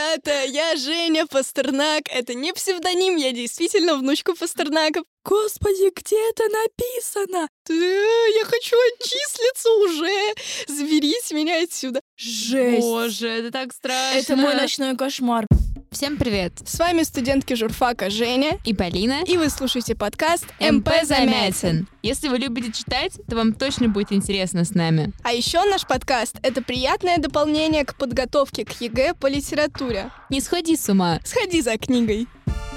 ребята, я Женя Пастернак. Это не псевдоним, я действительно внучка Пастернака. Господи, где это написано? Я хочу отчислиться уже. Заберите меня отсюда. Жесть. Боже, это так страшно. Это мой ночной кошмар. Всем привет. С вами студентки журфака Женя И Полина. и вы слушаете подкаст МП Замятин. Если вы любите читать, то вам точно будет интересно с нами. А еще наш подкаст — это приятное дополнение к подготовке к ЕГЭ по литературе. Не сходи с ума. Сходи за книгой.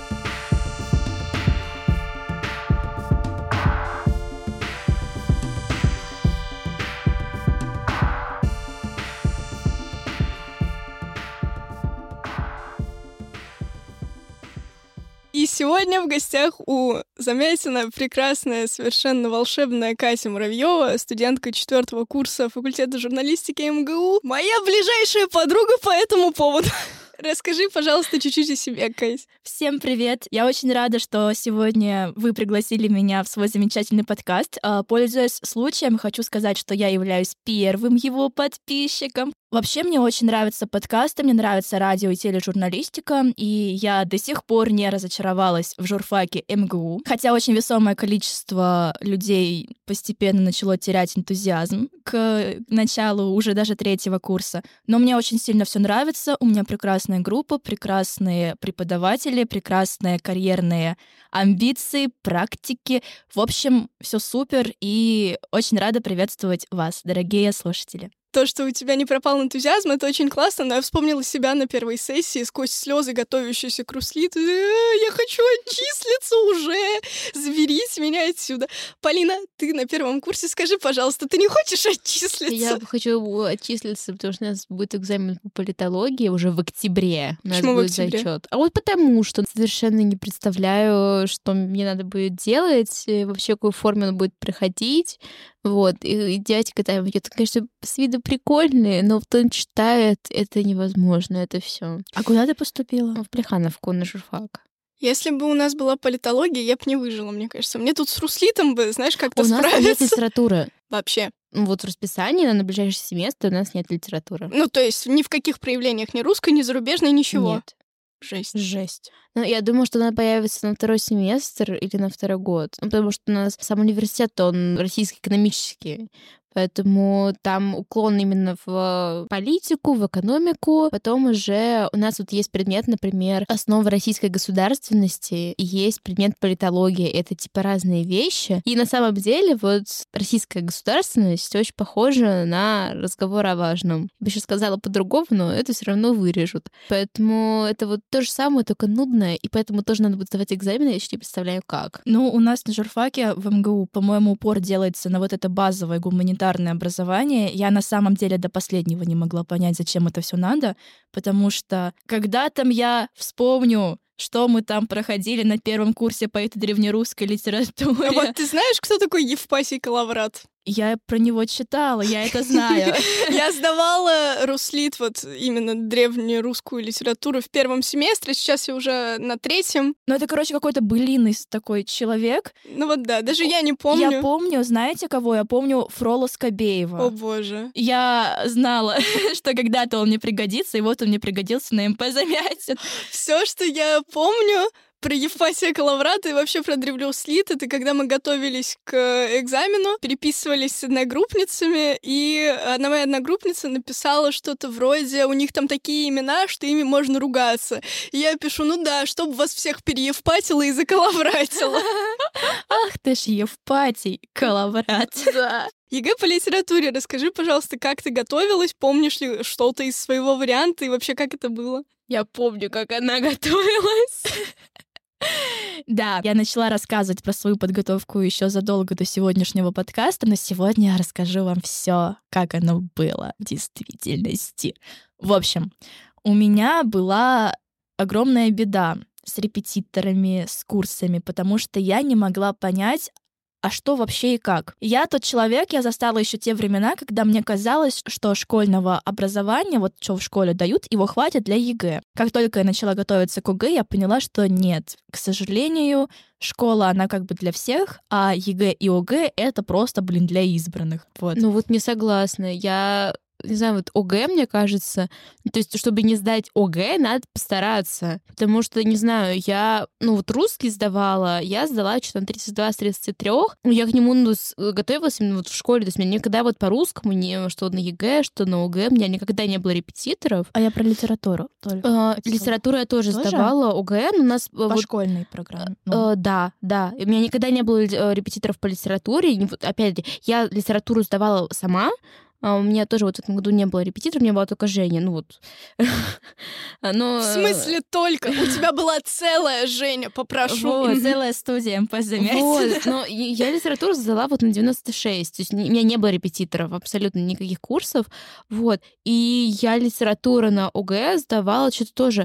И сегодня в гостях у Замятина прекрасная, совершенно волшебная Катя Муравьева, студентка 4-го курса факультета журналистики МГУ. Моя ближайшая подруга по этому поводу. Расскажи, пожалуйста, чуть-чуть о себе, Кать. Всем привет! Я очень рада, что сегодня вы пригласили меня в свой замечательный подкаст. Пользуясь случаем, хочу сказать, что я являюсь первым его подписчиком. Вообще, мне очень нравятся подкасты, мне нравится радио и тележурналистика, и я до сих пор не разочаровалась в журфаке МГУ, хотя очень весомое количество людей постепенно начало терять энтузиазм к началу уже даже 3-го курса. Но мне очень сильно все нравится, у меня прекрасная группа, прекрасные преподаватели, прекрасные карьерные амбиции, практики. В общем, все супер, и очень рада приветствовать вас, дорогие слушатели. То, что у тебя не пропал энтузиазм, это очень классно, но я вспомнила себя на первой сессии сквозь слезы, готовящуюся к руслиту. Я хочу отчислиться уже! Заберите меня отсюда. Полина, ты на 1-м курсе, скажи, пожалуйста, ты не хочешь отчислиться? Я хочу отчислиться, потому что у нас будет экзамен по политологии уже в октябре. У нас Почему в будет октябре? зачет. А вот потому что совершенно не представляю, что мне надо будет делать, вообще в какой форме он будет проходить. Вот, и дядька там идет, конечно, с виду прикольный, но вот он читает, это невозможно, это все. А куда ты поступила? В Плехановку на журфак. Если бы у нас была политология, я бы не выжила, мне кажется. Мне тут с руслитом бы, знаешь, как-то У нас нет справиться. литературы. Вообще. Вот в расписании на ближайший семестр у нас нет литературы. Ну, то есть ни в каких проявлениях ни русской, ни зарубежной, ничего. Нет. Жесть. Жесть. Ну, я думаю, что она появится на 2-й семестр или на 2-й год. Ну, потому что у нас сам университет, он российско-экономический. Поэтому там уклон именно в политику, в экономику. Потом уже у нас вот есть предмет, например, основы российской государственности, и есть предмет политологии. Это типа разные вещи. И на самом деле вот российская государственность очень похожа на разговор о важном. Я бы еще сказала по-другому, но это все равно вырежут. Поэтому это вот то же самое, только нудное, и поэтому тоже надо будет сдавать экзамены, я еще не представляю, как. Ну, у нас на журфаке в МГУ, по-моему, упор делается на вот это базовое гуманитарное образование. Я на самом деле до последнего не могла понять, зачем это все надо, потому что когда там я вспомню, что мы там проходили на 1-м курсе по этой древнерусской литературе. А вот ты знаешь, кто такой Евпасий Калаврат? Я про него читала, я это знаю. Я сдавала руслит, вот именно древнерусскую литературу в 1-м семестре, сейчас я уже на 3-м. Ну, это, короче, какой-то былинный такой человек. Ну вот да, даже я не помню. Я помню, знаете кого? Я помню Фрола Скобеева. О боже. Я знала, что когда-то он мне пригодится, и вот он мне пригодился на МП Замятин. Все, что я помню про Евпасия Калаврата и вообще про древнеруслит, это когда мы готовились к экзамену, переписывались с одногруппницами, и одна моя одногруппница написала что-то вроде «У них там такие имена, что ими можно ругаться». И я пишу «Ну да, чтобы вас всех переевпатило и закалавратило». Ах ты ж Евпатий Калаврат. Да. ЕГЭ по литературе. Расскажи, пожалуйста, как ты готовилась? Помнишь ли что-то из своего варианта и вообще как это было? Я помню, как она готовилась. Да, я начала рассказывать про свою подготовку еще задолго до сегодняшнего подкаста, но сегодня я расскажу вам все, как оно было в действительности. В общем, у меня была огромная беда с репетиторами, с курсами, потому что я не могла понять, а что вообще и как. Я тот человек, я застала еще те времена, когда мне казалось, что школьного образования, вот что в школе дают, его хватит для ЕГЭ. Как только я начала готовиться к ОГЭ, я поняла, что нет. К сожалению, школа, она как бы для всех, а ЕГЭ и ОГЭ — это просто, для избранных. Вот. Ну вот не согласна. Я не знаю, вот ОГЭ, мне кажется, то есть, чтобы не сдать ОГЭ, надо постараться. Потому что, не знаю, я, вот русский сдавала, я сдала что-то на 32 с 33. Я к нему готовилась именно вот в школе. То есть, у меня никогда вот по русскому, что на ЕГЭ, что на ОГЭ, у меня никогда не было репетиторов. А я про литературу только. Литературу я тоже сдавала, ОГЭ, но у нас... По школьной программе. Да. У меня никогда не было репетиторов по литературе. Опять, я литературу сдавала сама. У меня тоже вот в этом году не было репетитора, у меня была только Женя, Но... В смысле только? У тебя была целая Женя, попрошу. Вот, целая студия по занятиям. Вот, но я литературу сдала вот на 96, то есть у меня не было репетиторов, абсолютно никаких курсов, вот. И я литературу на ОГЭ сдавала что-то тоже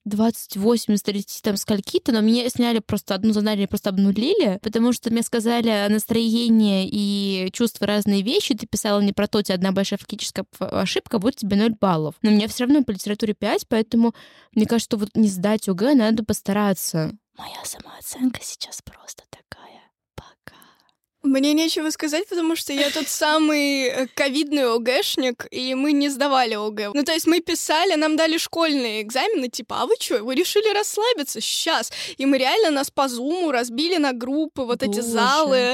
28 из 30 там скольки-то, но меня сняли просто одно задание, просто обнулили, потому что мне сказали настроение и чувства разные вещи, ты писала не про то, у тебя одна большая фактическая ошибка, будет тебе 0 баллов. Но у меня все равно по литературе 5, поэтому мне кажется, что вот не сдать ОГЭ надо постараться. Моя самооценка сейчас просто такая. Пока. Мне нечего сказать, потому что я тот самый ковидный ОГЭшник, и мы не сдавали ОГЭ. То есть мы писали, нам дали школьные экзамены, типа, а вы что, вы решили расслабиться? Сейчас. И мы реально нас по Зуму разбили на группы, вот эти залы,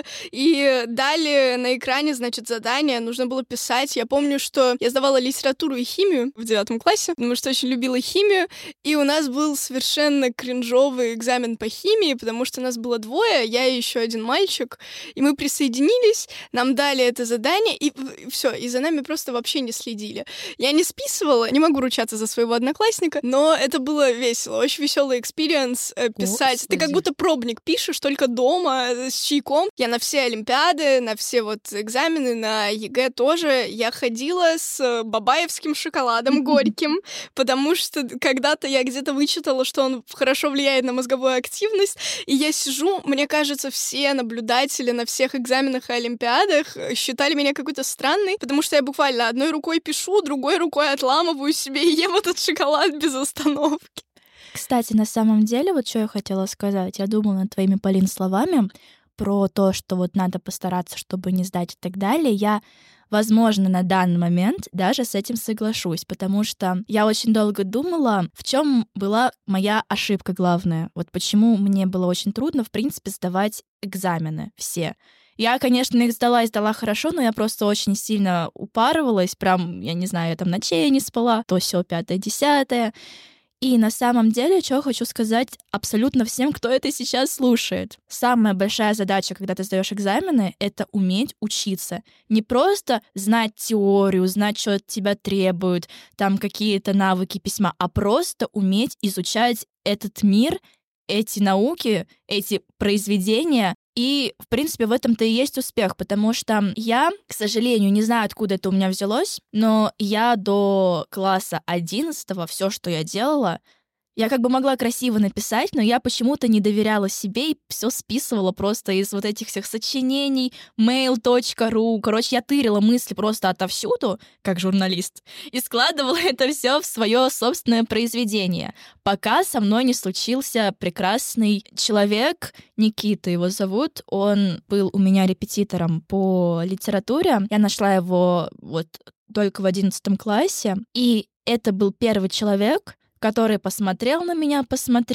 и дали на экране, значит, задания, нужно было писать. Я помню, что я сдавала литературу и химию в 9 классе, потому что очень любила химию, и у нас был совершенно кринжовый экзамен по химии, потому что нас было 2, я и еще один мальчик, и мы присоединились, нам дали это задание, и все, и за нами просто вообще не следили. Я не списывала, не могу ручаться за своего одноклассника, но это было весело, очень веселый экспириенс писать. Господи. Ты как будто пробник пишешь, только дома, с чайком. Я на все олимпиады, на все вот экзамены, на ЕГЭ тоже, я ходила с бабаевским шоколадом горьким, потому что когда-то я где-то вычитала, что он хорошо влияет на мозговую активность, и я сижу, мне кажется, все наблюдатели на всех экзаменах и олимпиадах считали меня какой-то странной, потому что я буквально одной рукой пишу, другой рукой отламываю себе и ем этот шоколад без остановки. Кстати, на самом деле, вот что я хотела сказать, я думала над твоими, Полин, словами про то, что вот надо постараться, чтобы не сдать и так далее. Я, возможно, на данный момент даже с этим соглашусь, потому что я очень долго думала, в чем была моя ошибка главная. Вот почему мне было очень трудно, в принципе, сдавать экзамены все. Я, конечно, их сдала хорошо, но я просто очень сильно упарывалась, прям, я не знаю, я там ночей не спала, то сё 5-10. И на самом деле, что хочу сказать абсолютно всем, кто это сейчас слушает. Самая большая задача, когда ты сдаешь экзамены, это уметь учиться. Не просто знать теорию, знать, что от тебя требуют, там какие-то навыки письма, а просто уметь изучать этот мир, эти науки, эти произведения. И, в принципе, в этом-то и есть успех, потому что я, к сожалению, не знаю, откуда это у меня взялось, но я до класса 11 все, что я делала, я как бы могла красиво написать, но я почему-то не доверяла себе и все списывала просто из вот этих всех сочинений, mail.ru. Короче, я тырила мысли просто отовсюду, как журналист, и складывала это все в свое собственное произведение, пока со мной не случился прекрасный человек, Никита его зовут, он был у меня репетитором по литературе, я нашла его вот только в 11 классе, и это был первый человек, который посмотрел на меня,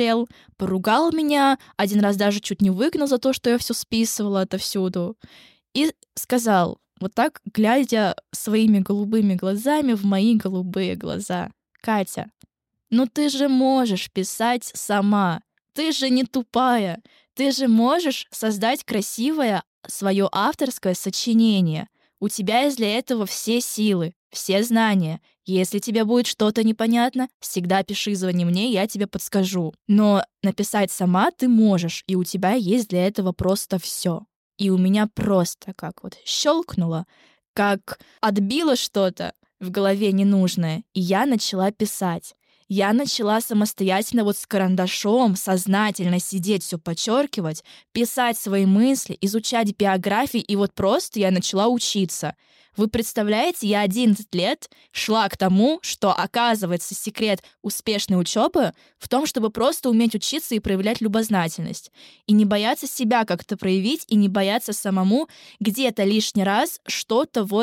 поругал меня, один раз даже чуть не выгнал за то, что я все списывала отовсюду, и сказал, вот так, глядя своими голубыми глазами в мои голубые глаза: «Катя, ну ты же можешь писать сама, ты же не тупая, ты же можешь создать красивое свое авторское сочинение. У тебя есть для этого все силы, все знания. Если тебе будет что-то непонятно, всегда пиши, звони мне, я тебе подскажу. Но написать сама ты можешь, и у тебя есть для этого просто все». И у меня просто как вот щелкнуло, как отбило что-то в голове ненужное, и я начала писать. Я начала самостоятельно вот с карандашом сознательно сидеть, все подчеркивать, писать свои мысли, изучать биографии, и вот просто я начала учиться. Вы представляете, я 11 лет шла к тому, что, оказывается, секрет успешной учебы в том, чтобы просто уметь учиться и проявлять любознательность. И не бояться себя как-то проявить, и не бояться самому где-то лишний раз что-то вот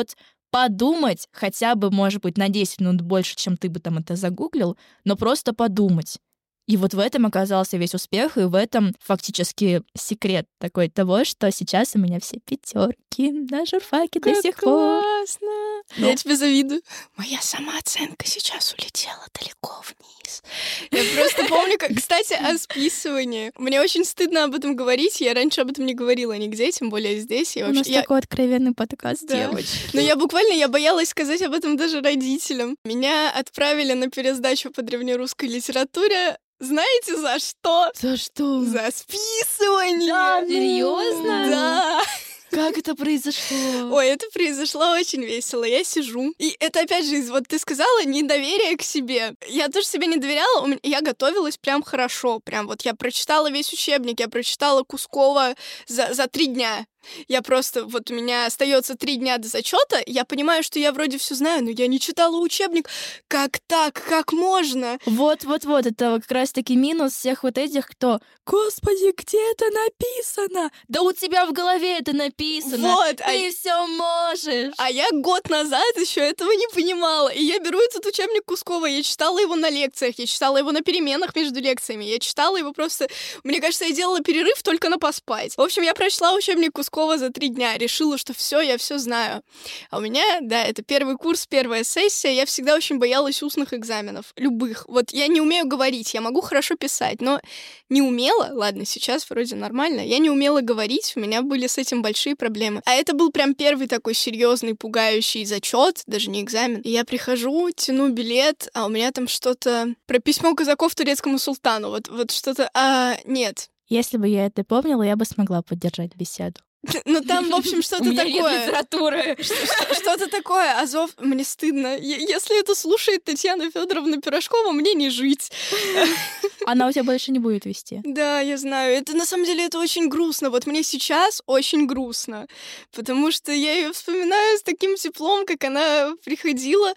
подумать хотя бы, может быть, на 10 минут больше, чем ты бы там это загуглил, но просто подумать. И вот в этом оказался весь успех, и в этом фактически секрет такой того, что сейчас у меня все 5 на журфаке до сих пор. Классно! Ну. Я тебе завидую. Моя самооценка сейчас улетела далеко вниз. Я просто помню, как, кстати, о списывании. Мне очень стыдно об этом говорить. Я раньше об этом не говорила нигде, тем более здесь. У нас такой откровенный подкаст, Да. девочки. Но я боялась сказать об этом даже родителям. Меня отправили на пересдачу по древнерусской литературе. Знаете, за что? За что? За списывание. Да, серьезно? Да. Как это произошло? Ой, это произошло очень весело. Я сижу. И это, опять же, вот ты сказала, недоверие к себе. Я тоже себе не доверяла. Я готовилась прям хорошо. Прям вот я прочитала весь учебник, я прочитала Кускова за 3 дня. Я просто, вот у меня остается 3 дня до зачета, я понимаю, что я вроде все знаю, но я не читала учебник. Как так? Как можно? Вот, это как раз-таки минус всех вот этих, кто «Господи, где это написано?» Да у тебя в голове это написано. Вот, ты все можешь. А я год назад еще этого не понимала. И я беру этот учебник Кускова, я читала его на лекциях, я читала его на переменах между лекциями, я читала его просто... Мне кажется, я делала перерыв только на поспать. В общем, я прочла учебник Кускова за 3 дня, решила, что все, я все знаю. А у меня, да, это первый курс, первая сессия, я всегда очень боялась устных экзаменов, любых. Вот я не умею говорить, я могу хорошо писать, но не умела, ладно, сейчас вроде нормально, я не умела говорить, у меня были с этим большие проблемы. А это был прям первый такой серьезный, пугающий зачет, даже не экзамен. И я прихожу, тяну билет, а у меня там что-то про письмо казаков турецкому султану, вот что-то, нет. Если бы я это помнила, я бы смогла поддержать беседу. Ну там, в общем, что-то У меня такое. нет литературы. Что-то такое. Азов, мне стыдно. Если это слушает Татьяна Федоровна Пирожкова, мне не жить. Она у тебя больше не будет вести. Да, я знаю. Это на самом деле это очень грустно. Вот мне сейчас очень грустно, потому что я ее вспоминаю с таким теплом, как она приходила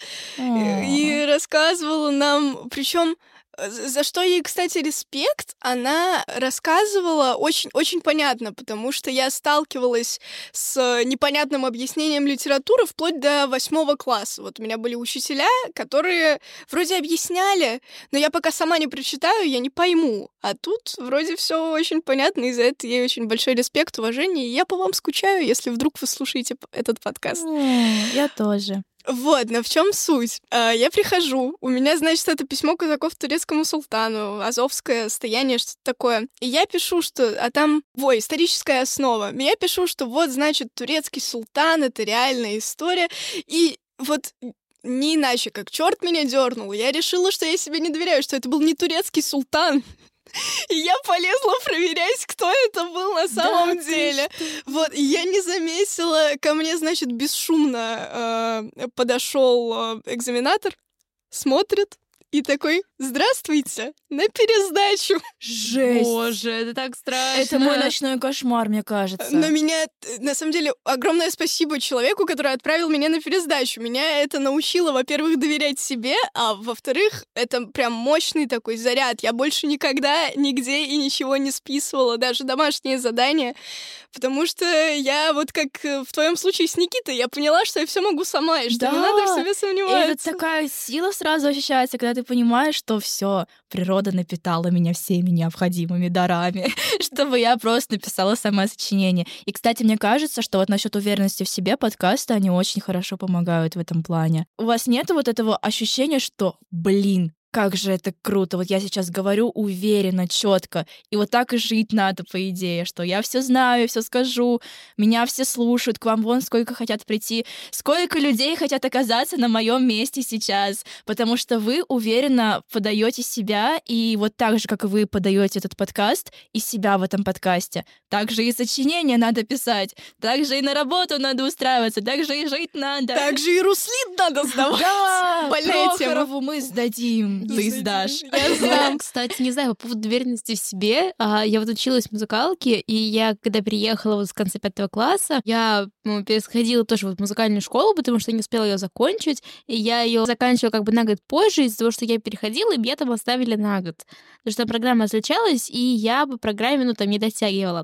и рассказывала нам, причем за что ей, кстати, респект, она рассказывала очень понятно, потому что я сталкивалась с непонятным объяснением литературы вплоть до 8 класса. Вот у меня были учителя, которые вроде объясняли, но я пока сама не прочитаю, я не пойму. А тут вроде все очень понятно, и за это ей очень большой респект, уважение. И я по вам скучаю, если вдруг вы слушаете этот подкаст. Я тоже. Вот, но в чем суть? Я прихожу, у меня, значит, это письмо казаков турецкому султану, азовское стояние, что-то такое. И я пишу, что... А там, историческая основа. Я пишу, что вот, значит, турецкий султан, это реальная история. И вот не иначе, как черт меня дернул. Я решила, что я себе не доверяю, что это был не турецкий султан. И я полезла проверять, кто это был на самом деле. Вот, и я не заметила, ко мне, значит, бесшумно подошел экзаменатор, смотрит и такой: «Здравствуйте, на пересдачу». Жесть. Боже, это так страшно. Это мой ночной кошмар, мне кажется. Но меня, на самом деле, огромное спасибо человеку, который отправил меня на пересдачу. Меня это научило, во-первых, доверять себе, а во-вторых, это прям мощный такой заряд. Я больше никогда нигде и ничего не списывала, даже домашние задания, потому что я вот как в твоем случае с Никитой, я поняла, что я все могу сама, и что не надо в себе сомневаться. И это такая сила сразу ощущается, когда ты понимаешь, что все, природа напитала меня всеми необходимыми дарами, чтобы я просто написала сама сочинение. И, кстати, мне кажется, что вот насчет уверенности в себе подкасты, они очень хорошо помогают в этом плане. У вас нет вот этого ощущения, что, как же это круто. Вот я сейчас говорю уверенно, четко. И вот так и жить надо, по идее, что я все знаю, все скажу, меня все слушают, к вам вон сколько хотят прийти, сколько людей хотят оказаться на моем месте сейчас, потому что вы уверенно подаете себя, и вот так же, как и вы подаете этот подкаст, и себя в этом подкасте, так же и сочинение надо писать, так же и на работу надо устраиваться, так же и жить надо. Так же и руслит надо сдавать. Да, больная тема. Прохорову мы сдадим. ты сдашь. Я сдам. Кстати, не знаю, по поводу уверенности в себе. Я вот училась в музыкалке, и я, когда приехала вот с конца 5 класса, я переходила тоже вот в музыкальную школу, потому что не успела ее закончить, и я ее заканчивала как бы на год позже из-за того, что я переходила, и меня там оставили на год. Потому что программа отличалась, и я по программе, там не дотягивала.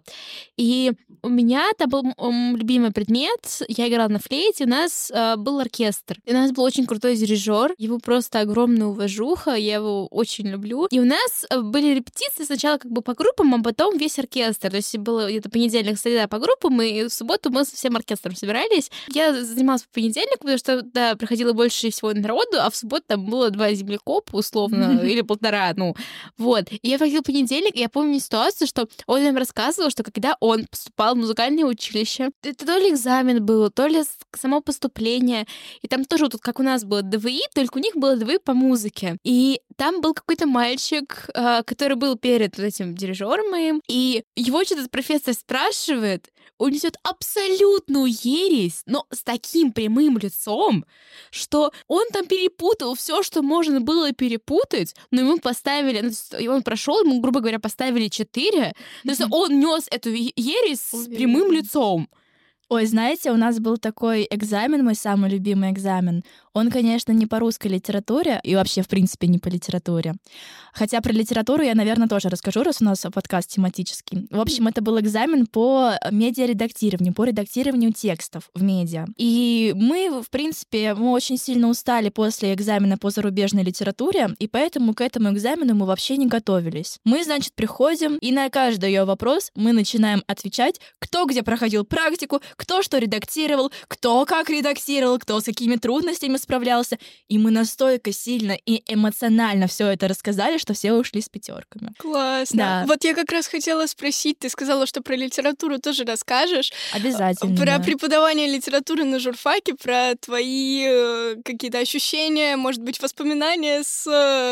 И у меня там был любимый предмет, я играла на флейте, у нас был оркестр. И у нас был очень крутой дирижер, его просто огромная уважуха, я его очень люблю. И у нас были репетиции сначала как бы по группам, а потом весь оркестр. То есть было где-то понедельник, среда по группам, и в субботу мы со всем оркестром собирались. Я занималась по понедельнику, потому что, да, приходило больше всего народу, а в субботу там было 2 землекопа, условно, или 1,5, Вот. И я приходила в понедельник, и я помню ситуацию, что он нам рассказывал, что когда он поступал в музыкальное училище, это то ли экзамен был, то ли само поступление, и там тоже вот как у нас было ДВИ, только у них было ДВИ по музыке. И там был какой-то мальчик, который был перед вот этим дирижером моим, и его что-то профессор спрашивает, он несет абсолютную ересь, но с таким прямым лицом, что он там перепутал все, что можно было перепутать, но ему поставили, и он прошел, ему, грубо говоря, поставили 4, то есть он нес эту ересь с прямым лицом. Ой, знаете, у нас был такой экзамен, мой самый любимый экзамен. Он, конечно, не по русской литературе и вообще, в принципе, не по литературе. Хотя про литературу я, наверное, тоже расскажу, раз у нас подкаст тематический. В общем, это был экзамен по медиаредактированию, по редактированию текстов в медиа. И мы, в принципе, мы очень сильно устали после экзамена по зарубежной литературе, и поэтому к этому экзамену мы вообще не готовились. Мы, значит, приходим, и на каждый ее вопрос мы начинаем отвечать, кто где проходил практику, кто что редактировал, кто как редактировал, кто с какими трудностями справлялся. И мы настолько сильно и эмоционально все это рассказали, что все ушли с 5. Классно. Да. Вот я как раз хотела спросить, ты сказала, что про литературу тоже расскажешь. Обязательно. Про да. преподавание литературы на журфаке, про твои какие-то ощущения, может быть, воспоминания с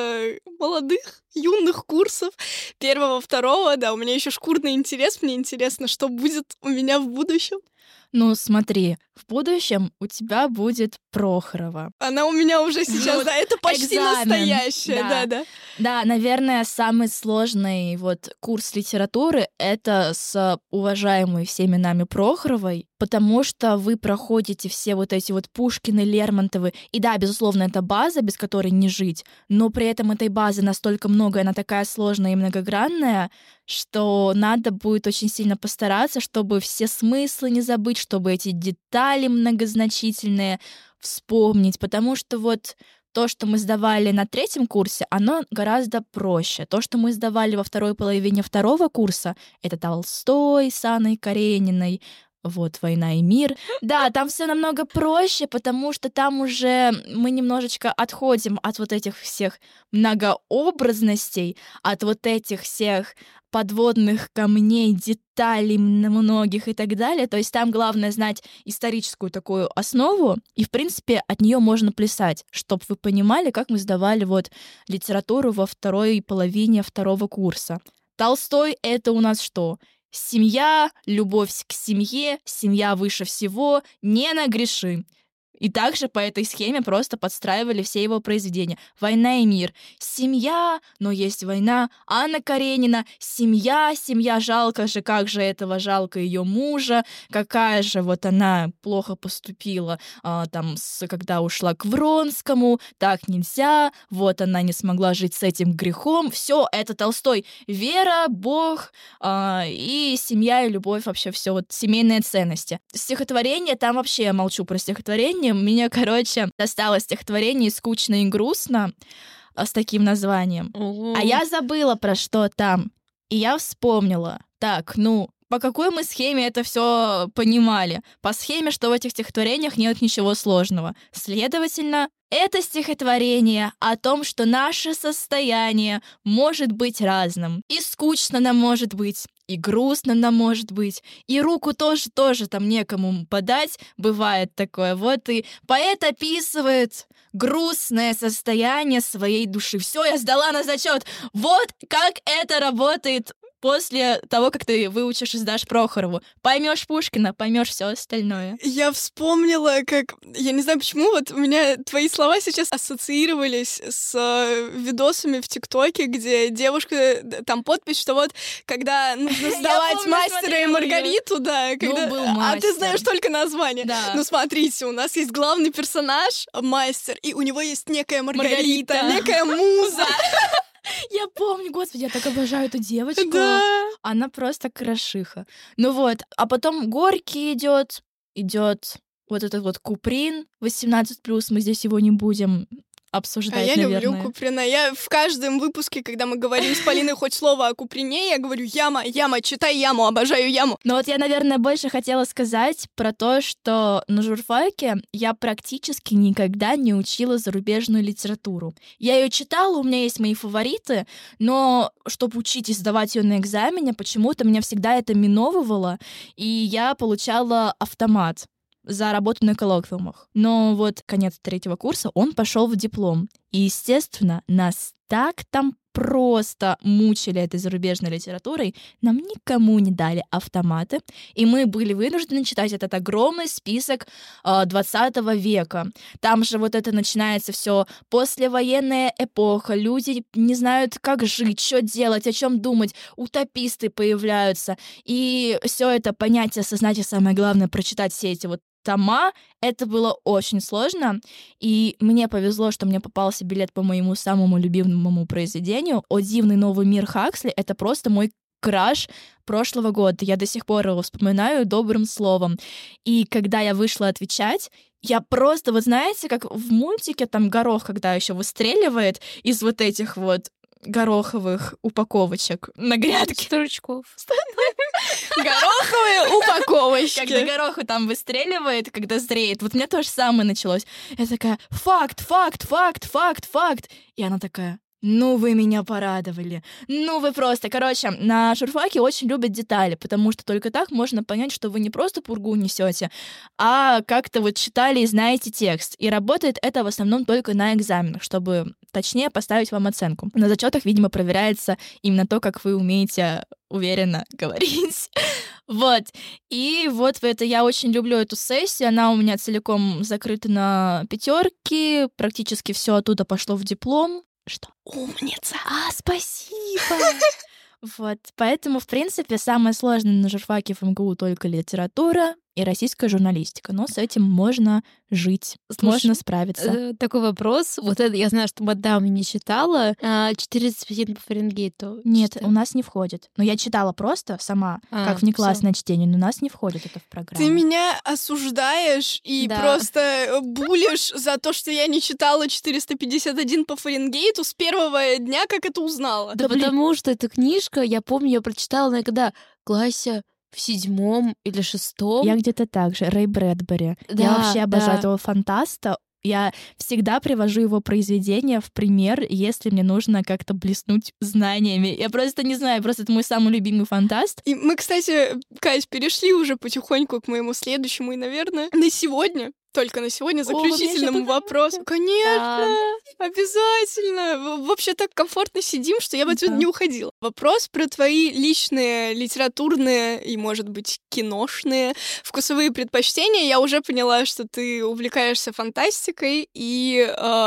молодых, юных курсов 1-2. Да, у меня еще шкурный интерес. Мне интересно, что будет у меня в будущем. Ну, смотри, в будущем у тебя будет Прохорова. Она у меня уже сейчас, да, это почти экзамен, настоящая, да. да. Да, наверное, самый сложный вот курс литературы — это с уважаемой всеми нами Прохоровой, потому что вы проходите все вот эти вот Пушкины, Лермонтовы, и да, безусловно, это база, без которой не жить, но при этом этой базы настолько много, она такая сложная и многогранная, что надо будет очень сильно постараться, чтобы все смыслы не забыть, чтобы эти детали многозначительные вспомнить, потому что вот то, что мы сдавали на 3 курсе, оно гораздо проще. То, что мы сдавали во второй половине 2 курса, это Толстой с Анной Карениной, вот «Война и мир». Да, там все намного проще, потому что там уже мы немножечко отходим от вот этих всех многообразностей, от вот этих всех подводных камней, деталей многих и так далее. То есть там главное знать историческую такую основу, и, в принципе, от нее можно плясать, чтобы вы понимали, как мы сдавали вот литературу во второй половине 2 курса. Толстой — это у нас что? Семья, любовь к семье, семья выше всего, не нагреши. И также по этой схеме просто подстраивали все его произведения. «Война и мир». Семья, но есть война. Анна Каренина. Семья, жалко же, как же этого жалко ее мужа. Какая же вот она плохо поступила, когда ушла к Вронскому. Так нельзя. Вот она не смогла жить с этим грехом. Все, это Толстой. Вера, Бог и семья, и любовь, вообще все вот семейные ценности. Стихотворение, там вообще я молчу про стихотворение. Мне, досталось стихотворение «Скучно и грустно» с таким названием. А я забыла, про что там. И я вспомнила. Так, по какой мы схеме это все понимали? По схеме, что в этих стихотворениях нет ничего сложного. Следовательно, это стихотворение о том, что наше состояние может быть разным. И скучно нам может быть, и грустно нам может быть, и руку тоже там некому подать, бывает такое. Вот и поэт описывает грустное состояние своей души. Все, я сдала на зачет. Вот как это работает после того, как ты выучишь и сдашь Прохорову. Поймешь Пушкина, поймешь все остальное. Я вспомнила, как... Я не знаю, почему вот у меня твои слова сейчас ассоциировались с видосами в ТикТоке, где девушка, там подпись, что вот, когда нужно сдавать «Мастера и Маргариту», да, когда... был А ты «Мастер». знаешь только название. Да. Ну, смотрите, у нас есть главный персонаж, мастер, и у него есть некая Маргарита. Некая муза. Я помню, господи, я так обожаю эту девочку. Да. Она просто крошиха. Ну вот, а потом Горький идет вот этот вот Куприн 18+, мы здесь его не будем обсуждать, А я наверное. люблю Куприна. Я в каждом выпуске, когда мы говорим с Полиной хоть слово о Куприне, я говорю: Яма, читай Яму, обожаю Яму. Но вот я, наверное, больше хотела сказать про то, что на журфаке я практически никогда не учила зарубежную литературу. Я ее читала, у меня есть мои фавориты, но чтобы учить и сдавать ее на экзамене, почему-то меня всегда это миновывало, и я получала автомат за работу на коллоквиумах. Но вот конец 3-го курса, он пошел в диплом. И, естественно, нас так там просто мучили этой зарубежной литературой, нам никому не дали автоматы, и мы были вынуждены читать этот огромный список 20 века. Там же вот это начинается все послевоенная эпоха, люди не знают, как жить, что делать, о чем думать, утописты появляются, и все это понять, осознать, и самое главное, прочитать все эти вот тома, это было очень сложно, и мне повезло, что мне попался билет по моему самому любимому произведению «О дивный новый мир» Хаксли. Это просто мой краш прошлого года. Я до сих пор его вспоминаю добрым словом. И когда я вышла отвечать, я просто, вот знаете, как в мультике там горох, когда еще выстреливает из вот этих вот гороховых упаковочек на грядке. Стручков. Гороховые упаковочки. Когда гороху там выстреливает, когда зреет. Вот у меня то же самое началось. Я такая: факт. И она такая: ну вы меня порадовали. Ну вы просто... Короче, на журфаке очень любят детали, потому что только так можно понять, что вы не просто пургу несете, а как-то вот читали и знаете текст. И работает это в основном только на экзаменах, чтобы точнее поставить вам оценку. На зачетах, видимо, проверяется именно то, как вы умеете уверенно говорить. Вот. И вот в это я очень люблю эту сессию. Она у меня целиком закрыта на 5, практически все оттуда пошло в диплом. Что? Умница. Спасибо! Вот, поэтому, в принципе, самое сложное на журфаке в МГУ только литература и российская журналистика. Но с этим можно жить, можно справиться. Такой вопрос. Вот это я знаю, что мадам не читала. 401 по Фаренгейту. Нет, у нас не входит. Но я читала просто сама, как внеклассное чтение, но у нас не входит это в программу. Ты меня осуждаешь и просто булишь за то, что я не читала 451 по Фаренгейту с первого дня, как это узнала. Да потому что эта книжка, я помню, я прочитала на когда классе в 7 или 6. Я где-то так же. Рэй Брэдбери. Да, я вообще обожаю да. этого фантаста. Я всегда привожу его произведения в пример, если мне нужно как-то блеснуть знаниями. Я просто не знаю, просто это мой самый любимый фантаст. И мы, кстати, Кать, перешли уже потихоньку к моему следующему и, наверное, на сегодня, только на сегодня, заключительному вопросу. Конечно, обязательно. Вообще так комфортно сидим, что я бы отсюда не уходила. Вопрос про твои личные литературные и, может быть, киношные вкусовые предпочтения. Я уже поняла, что ты увлекаешься фантастикой и,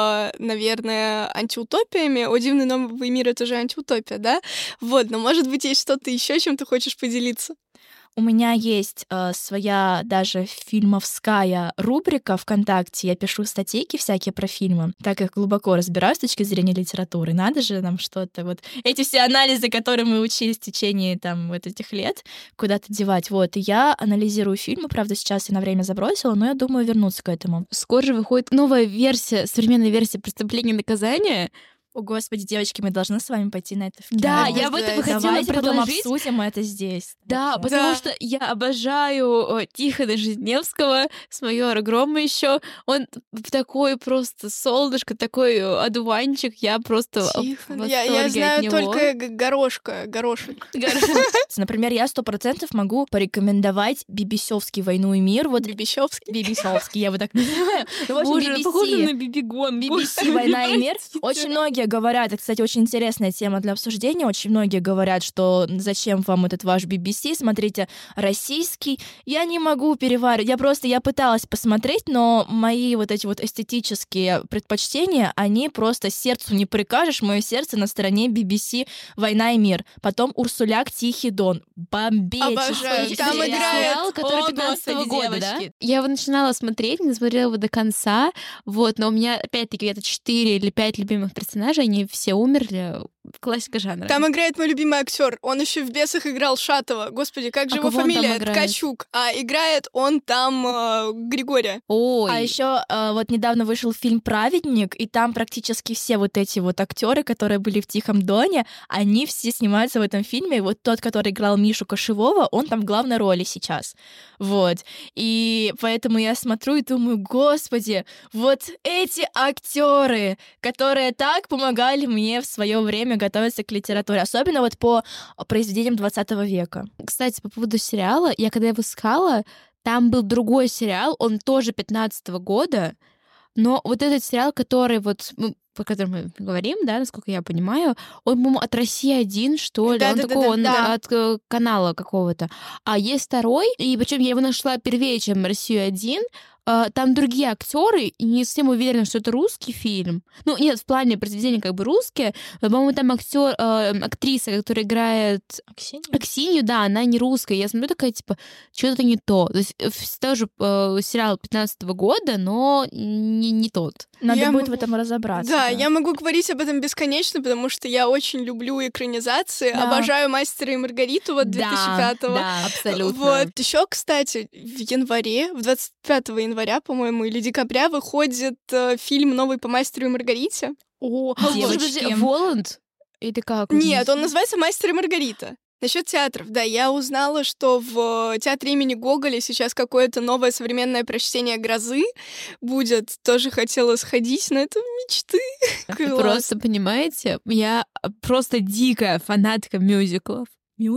наверное, антиутопиями. «О дивный новый мир» — это же антиутопия, да? Вот, но, может быть, есть что-то еще, чем ты хочешь поделиться? У меня есть своя даже фильмовская рубрика ВКонтакте. Я пишу статейки всякие про фильмы, так как глубоко разбираюсь с точки зрения литературы. Надо же нам что-то вот... Эти все анализы, которые мы учились в течение там вот этих лет, куда-то девать. Вот, и я анализирую фильмы. Правда, сейчас я на время забросила, но я думаю вернуться к этому. Скоро же выходит новая версия, современная версия «Преступления и наказания». О, господи, девочки, мы должны с вами пойти на это в кино. Да, я в этом и хотела Давайте потом предложить. обсудим это здесь. Да, вообще. потому что я обожаю Тихона Жизневского с «Майора Грома» еще. Он такой просто солнышко, такой одуванчик. Я просто в восторге Я знаю от него. только горошек. Например, я 100% могу порекомендовать Бибисевский «Войну и мир». Вот Бибисевский, я его так называю. Боже, похоже на Бибигон. BBC «Война и мир». Очень многие многие говорят, это, кстати, очень интересная тема для обсуждения, очень многие говорят, что зачем вам этот ваш BBC, смотрите, российский. Я не могу переваривать, я пыталась посмотреть, но мои вот эти вот эстетические предпочтения, они просто сердцу не прикажешь, мое сердце на стороне BBC «Война и мир». Потом «Урсуляк. Тихий Дон». Обожаю. Там играет... сериал, который О, 15 господи, года, да? девочки. Я его начинала смотреть, не смотрела его до конца, вот, но у меня, опять-таки, где-то 4 или 5 любимых персонажей, они все умерли. Классика жанра. Там играет мой любимый актер. Он еще в «Бесах» играл Шатова. Господи, как же его кого он там фамилия? играет? Ткачук. А играет он там Григория. Ой. А еще вот недавно вышел фильм «Праведник», и там практически все вот эти вот актеры, которые были в «Тихом доне», они все снимаются в этом фильме. И вот тот, который играл Мишу Кошевого, он там в главной роли сейчас. Вот. И поэтому я смотрю и думаю, господи, вот эти актеры, которые так помогали мне в свое время готовиться к литературе, особенно вот по произведениям 20 века. Кстати, по поводу сериала, я когда его искала, там был другой сериал, он тоже 15-го года, но вот этот сериал, который вот, про который мы говорим, да, насколько я понимаю, он, по-моему, от «России-1», что ли, он такой, он от канала какого-то. А есть второй, и причем я его нашла первее, чем «Россию-1», там другие актеры, и не совсем уверена, что это русский фильм. Ну, нет, в плане произведения как бы русские. По-моему, там актриса, которая играет Аксинью, да, она не русская. Я смотрю, такая, типа, что-то не то. То есть тоже сериал 15-го года, но не тот. Надо будет в этом разобраться. Да, я могу говорить об этом бесконечно, потому что я очень люблю экранизации. Да. Обожаю «Мастера и Маргариту» вот 2005-го. Да, абсолютно. Вот. Еще, кстати, в январе, в 25 января, по-моему, или декабря выходит фильм новый по «Мастеру и Маргарите». О, девочки. Воланд? Или как? Нет, он называется «Мастер и Маргарита». Насчет театров, да, я узнала, что в театре имени Гоголя сейчас какое-то новое современное прочтение «Грозы» будет. Тоже хотела сходить, но это мечты. Просто, понимаете, я просто дикая фанатка мюзиклов.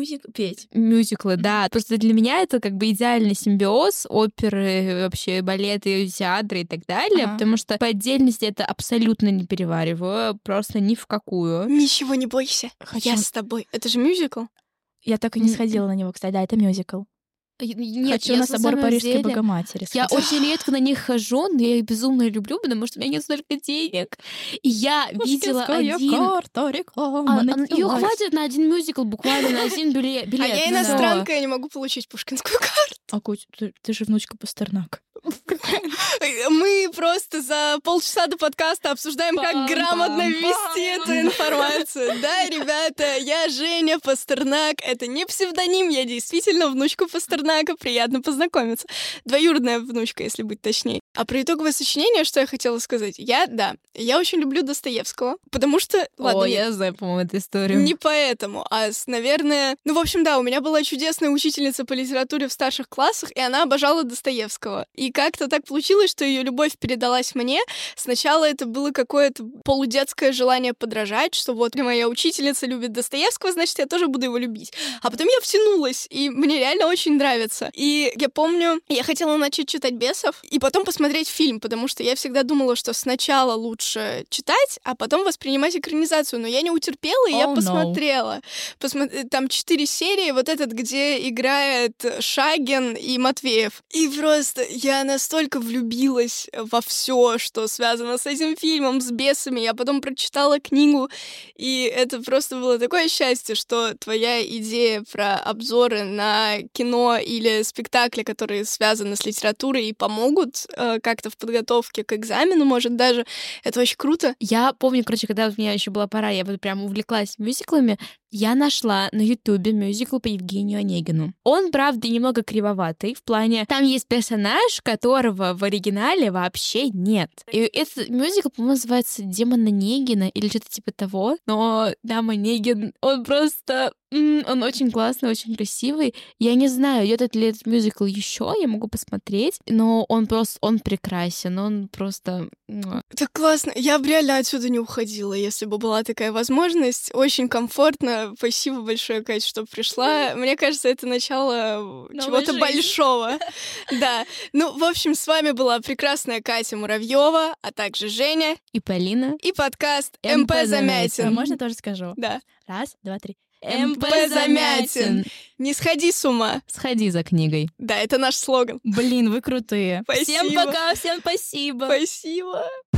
Мюзиклы, да. Просто для меня это как бы идеальный симбиоз оперы, вообще балеты, театры и так далее, потому что по отдельности это абсолютно не перевариваю, просто ни в какую. Ничего не бойся, я с тобой. Это же мюзикл. Я так и не сходила на него, кстати. Да, это мюзикл. Нет, Хочу на собор Парижской деле... Богоматери. Я очень редко на них хожу, но я их безумно люблю, потому что у меня нет столько денег. И я видела один... карта, реклама. Ее хватит на один мюзикл, буквально на один билет. А я иностранка, я не могу получить пушкинскую карту. А, Коть, ты же внучка Пастернака. Мы просто за полчаса до подкаста обсуждаем, как грамотно ввести эту информацию. Да, ребята, я Женя Пастернак. Это не псевдоним, я действительно внучка Пастернака. Приятно познакомиться. Двоюродная внучка, если быть точнее. А про итоговое сочинение, что я хотела сказать? Я очень люблю Достоевского, потому что... Ладно, я знаю, по-моему, эту историю. Не поэтому, наверное... Ну, в общем, да, у меня была чудесная учительница по литературе в старших классах, и она обожала Достоевского. И как-то так получилось, что ее любовь передалась мне. Сначала это было какое-то полудетское желание подражать, что вот моя учительница любит Достоевского, значит, я тоже буду его любить. А потом я втянулась, и мне реально очень нравится. И я помню, я хотела начать читать «Бесов», и потом посмотреть фильм, потому что я всегда думала, что сначала лучше читать, а потом воспринимать экранизацию. Но я не утерпела, и я посмотрела. Там 4 серии, вот этот, где играет Шагин и Матвеев. И просто я настолько влюбилась во все, что связано с этим фильмом, с «Бесами». Я потом прочитала книгу, и это просто было такое счастье, что твоя идея про обзоры на кино или спектакли, которые связаны с литературой и помогут как-то в подготовке к экзамену, может, даже. Это очень круто. Я помню, когда у меня еще была пора, я вот прям увлеклась мюзиклами, я нашла на Ютубе мюзикл по Евгению Онегину. Он, правда, немного кривоватый, в плане... Там есть персонаж, которого в оригинале вообще нет. И этот мюзикл, по-моему, называется «Демон Онегина» или что-то типа того. Но там Онегин, он просто... Он очень классный, очень красивый. Я не знаю, идет ли этот мюзикл еще, я могу посмотреть, но он прекрасен, он просто... Так классно. Я бы реально отсюда не уходила, если бы была такая возможность. Очень комфортно Да, спасибо большое, Катя, что пришла. Мне кажется, это начало чего-то большого. Да. Ну, в общем, с вами была прекрасная Катя Муравьева, а также Женя и Полина, и подкаст МП Замятин. А можно тоже скажу? Да. 1, 2, 3. МП Замятин. Не сходи с ума. Сходи за книгой. Да, это наш слоган. Блин, вы крутые. Спасибо. Всем пока, всем спасибо. Спасибо.